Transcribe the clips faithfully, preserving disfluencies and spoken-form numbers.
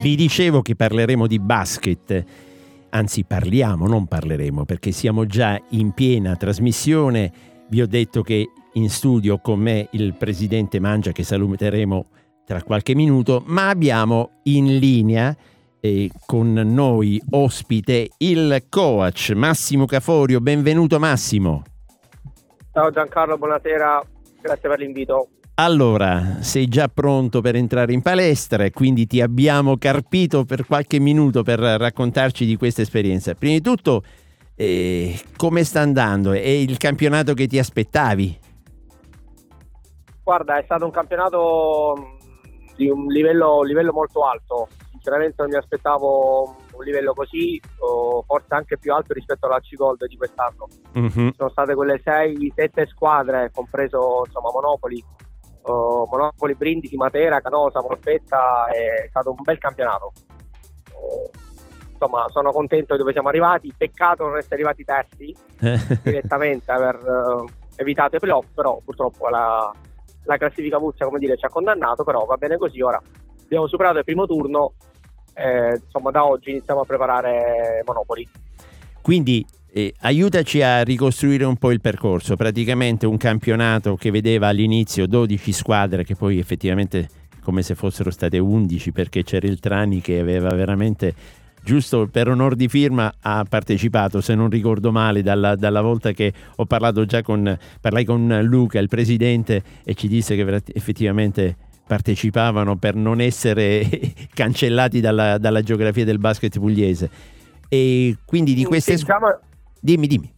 Vi dicevo che parleremo di basket, anzi parliamo, non parleremo, perché siamo già in piena trasmissione. Vi ho detto che in studio con me il presidente Mangia, che saluteremo tra qualche minuto, ma abbiamo in linea eh, con noi ospite il coach Massimo Caforio. Benvenuto Massimo. Ciao Giancarlo, buonasera, grazie per l'invito. Allora, sei già pronto per entrare in palestra e quindi ti abbiamo carpito per qualche minuto per raccontarci di questa esperienza. Prima di tutto, eh, come sta andando? È il campionato che ti aspettavi? Guarda, è stato un campionato di un livello, un livello molto alto. Sinceramente non mi aspettavo un livello così, o forse anche più alto rispetto alla C Gold di quest'anno. Mm-hmm. Sono state quelle sei sette squadre, compreso insomma Monopoli. Uh, Monopoli, Brindisi, Matera, Canosa, Polpetta. È stato un bel campionato. Uh, insomma, sono contento di dove siamo arrivati. Peccato non essere arrivati terzi direttamente, aver uh, evitato i playoff, però purtroppo la, la classifica Muzia, come dire, ci ha condannato, però va bene così. Ora abbiamo superato il primo turno, eh, insomma da oggi iniziamo a preparare Monopoli. Quindi Eh, aiutaci a ricostruire un po' il percorso. Praticamente un campionato che vedeva all'inizio dodici squadre, che poi effettivamente come se fossero state undici, perché c'era il Trani che aveva veramente, giusto per onor di firma, ha partecipato, se non ricordo male, dalla, dalla volta che ho parlato già con parlai con Luca, il presidente, e ci disse che effettivamente partecipavano per non essere cancellati dalla, dalla geografia del basket pugliese. E quindi di queste squadre, dimmi dimmi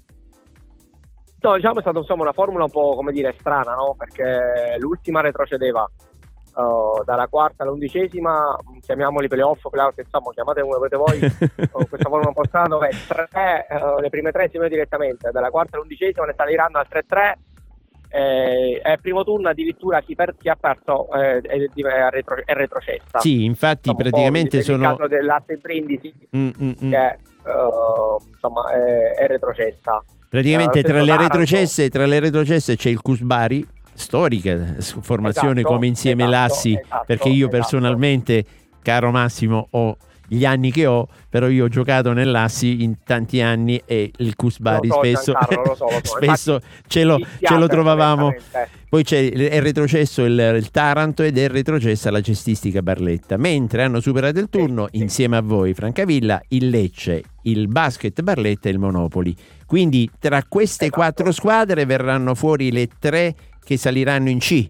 no, diciamo è stata insomma una formula un po', come dire, strana, no? Perché l'ultima retrocedeva uh, dalla quarta all'undicesima, chiamiamoli playoff, playoff, insomma chiamate come volete voi. uh, questa formula un po' strana dove tre, uh, le prime tre si vedono direttamente dalla quarta all'undicesima, ne saliranno al tre tre. E eh, primo turno addirittura chi, per, chi ha perso eh, è, è, retro, è retrocessa. Sì, infatti insomma, praticamente sono il caso dell'Asse Brindisi mm, mm, che uh, insomma è, è retrocessa. Praticamente uh, tra le retrocesse tra le retrocesse c'è il Cusbari, storica formazione, esatto, come insieme esatto, Lassi, esatto, perché io esatto. personalmente, caro Massimo, ho gli anni che ho, però io ho giocato nell'Assi in tanti anni e il Cusbari so, spesso, Giancarlo, lo so, lo so. spesso ce, lo, ce lo trovavamo. Poi c'è, è retrocesso il, il Taranto ed è retrocessa la cestistica Barletta, mentre hanno superato il turno sì, insieme sì. a voi Francavilla, il Lecce, il Basket Barletta e il Monopoli. Quindi tra queste esatto. quattro squadre verranno fuori le tre che saliranno in C.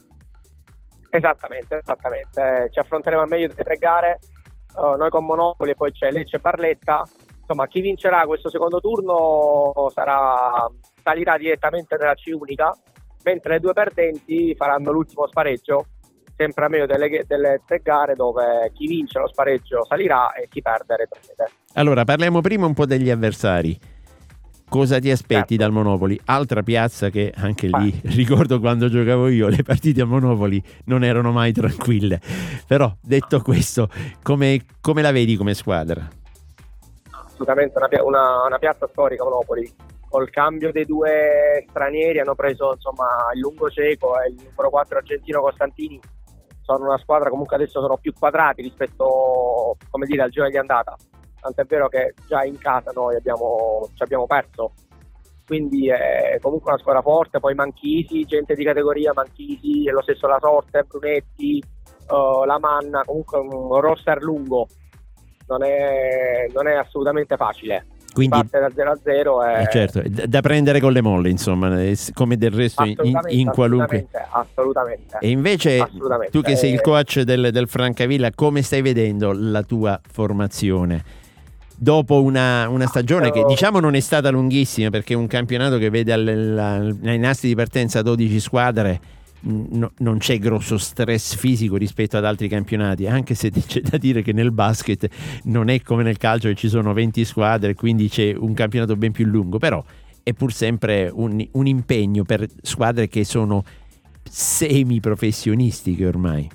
Esattamente, esattamente. Eh, ci affronteremo al meglio delle tre gare. Uh, noi con Monopoli, poi c'è Lecce e Barletta. Insomma, chi vincerà questo secondo turno sarà salirà direttamente nella C unica, mentre le due perdenti faranno l'ultimo spareggio, sempre a meglio delle, delle tre gare, dove chi vince lo spareggio salirà e chi perde retrocede. Allora, parliamo prima un po' degli avversari. Cosa ti aspetti certo. dal Monopoli? Altra piazza che anche lì, ah. ricordo quando giocavo io, le partite a Monopoli non erano mai tranquille. Però, detto questo, come, come la vedi come squadra? Assolutamente una, una, una piazza storica Monopoli. Col cambio dei due stranieri hanno preso insomma il lungo cieco e il numero quattro argentino Costantini. Sono una squadra, comunque adesso sono più quadrati rispetto, come dire, al girone di andata. Tant'è vero che già in casa noi abbiamo, ci abbiamo perso, quindi è comunque una squadra forte. Poi Manchisi, gente di categoria, Manchisi, e lo stesso La Sorte, Brunetti, uh, La Manna, comunque un roster lungo, non è, non è assolutamente facile. Quindi parte da zero a zero è eh certo, da prendere con le molle, insomma, come del resto in, in qualunque assolutamente, assolutamente. E invece assolutamente. Tu che sei il coach del, del Francavilla, come stai vedendo la tua formazione dopo una, una stagione che diciamo non è stata lunghissima, perché un campionato che vede ai nastri di partenza dodici squadre, no, non c'è grosso stress fisico rispetto ad altri campionati, anche se c'è da dire che nel basket non è come nel calcio che ci sono venti squadre, quindi c'è un campionato ben più lungo, però è pur sempre un, un impegno per squadre che sono semi professionistiche ormai.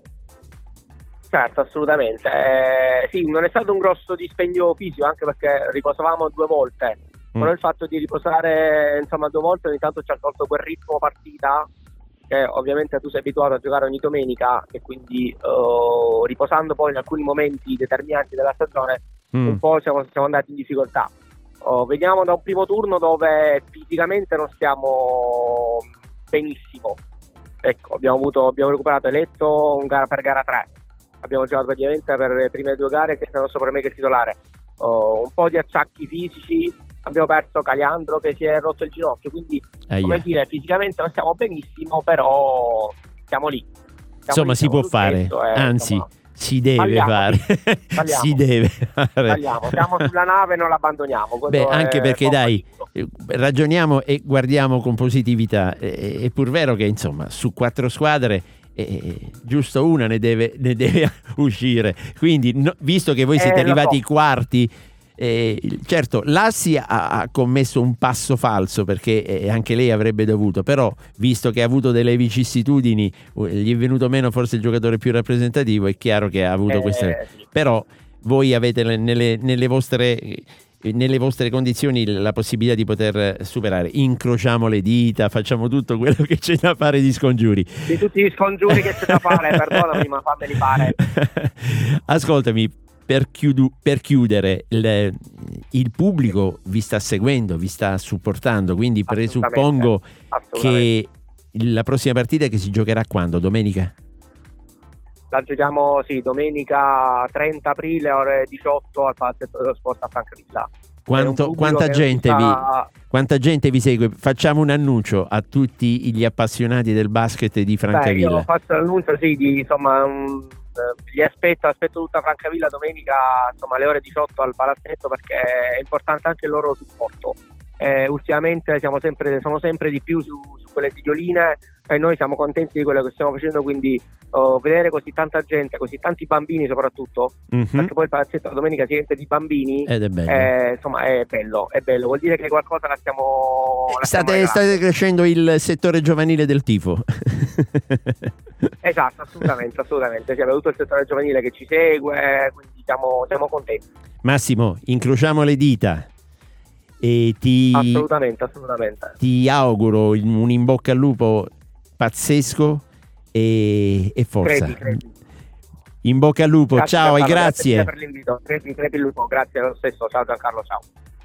Certo, assolutamente. Eh, sì, non è stato un grosso dispendio fisico, anche perché riposavamo due volte. Mm. Però il fatto di riposare insomma due volte ogni tanto ci ha tolto quel ritmo partita perché ovviamente tu sei abituato a giocare ogni domenica e quindi uh, riposando poi in alcuni momenti determinanti della stagione mm. un po' siamo, siamo andati in difficoltà. Uh, veniamo da un primo turno dove fisicamente non stiamo benissimo, ecco, abbiamo avuto abbiamo recuperato Eletto un gara per gara tre, abbiamo giocato praticamente per le prime due gare che erano sopra me che titolare, uh, un po' di acciacchi fisici, abbiamo perso Caliandro che si è rotto il ginocchio, quindi ah, come yeah. dire, fisicamente non stiamo benissimo, però siamo lì. Siamo insomma lì, si può fare, questo, eh, anzi insomma, si deve tagliamo, fare, tagliamo, si deve fare. Tagliamo. Siamo sulla nave e non l'abbandoniamo. Beh, anche perché dai, ragioniamo e guardiamo con positività. È, è pur vero che insomma su quattro squadre eh, giusto una ne deve, ne deve uscire. Quindi, no, visto che voi siete eh, arrivati so. quarti, eh, certo, Lassi ha, ha commesso un passo falso perché eh, anche lei avrebbe dovuto, però visto che ha avuto delle vicissitudini, gli è venuto meno forse il giocatore più rappresentativo, è chiaro che ha avuto eh, queste. Sì. Però voi avete nelle, nelle vostre. nelle vostre condizioni la possibilità di poter superare. Incrociamo le dita, facciamo tutto quello che c'è da fare di scongiuri. Di tutti gli scongiuri che c'è da fare, perdonami, ma fammeli fare. Ascoltami, per, chiudu- per chiudere, il, il pubblico vi sta seguendo, vi sta supportando, quindi presuppongo che la prossima partita che si giocherà quando? Domenica? La giochiamo, sì, domenica trenta aprile ore diciotto al Palazzetto dello Sport a Francavilla. Quanto, quanta, gente sta... vi, quanta gente vi segue? Facciamo un annuncio a tutti gli appassionati del basket di Francavilla. Beh, io faccio l'annuncio, sì, di, insomma, um, li aspetto, aspetto tutta Francavilla domenica, insomma, alle ore diciotto al Palazzetto, perché è importante anche il loro supporto. Eh, ultimamente siamo sempre, sono sempre di più su, su quelle videoline e noi siamo contenti di quello che stiamo facendo, quindi uh, vedere così tanta gente, così tanti bambini soprattutto, mm-hmm. perché poi il Palazzetto la domenica si riempie di bambini, ed è bello. Eh, insomma è bello, è bello, vuol dire che qualcosa la stiamo, la state, stiamo state crescendo il settore giovanile del tifo. Esatto, assolutamente, assolutamente, sì, abbiamo tutto il settore giovanile che ci segue, quindi siamo, siamo contenti. Massimo, incrociamo le dita. E ti, assolutamente, assolutamente. Ti auguro un in bocca al lupo pazzesco e, e forza. Credi, credi. In bocca al lupo, grazie, ciao Carlo, e grazie. Grazie per l'invito. Credi, credi il lupo, grazie lo stesso. Ciao Giancarlo, ciao.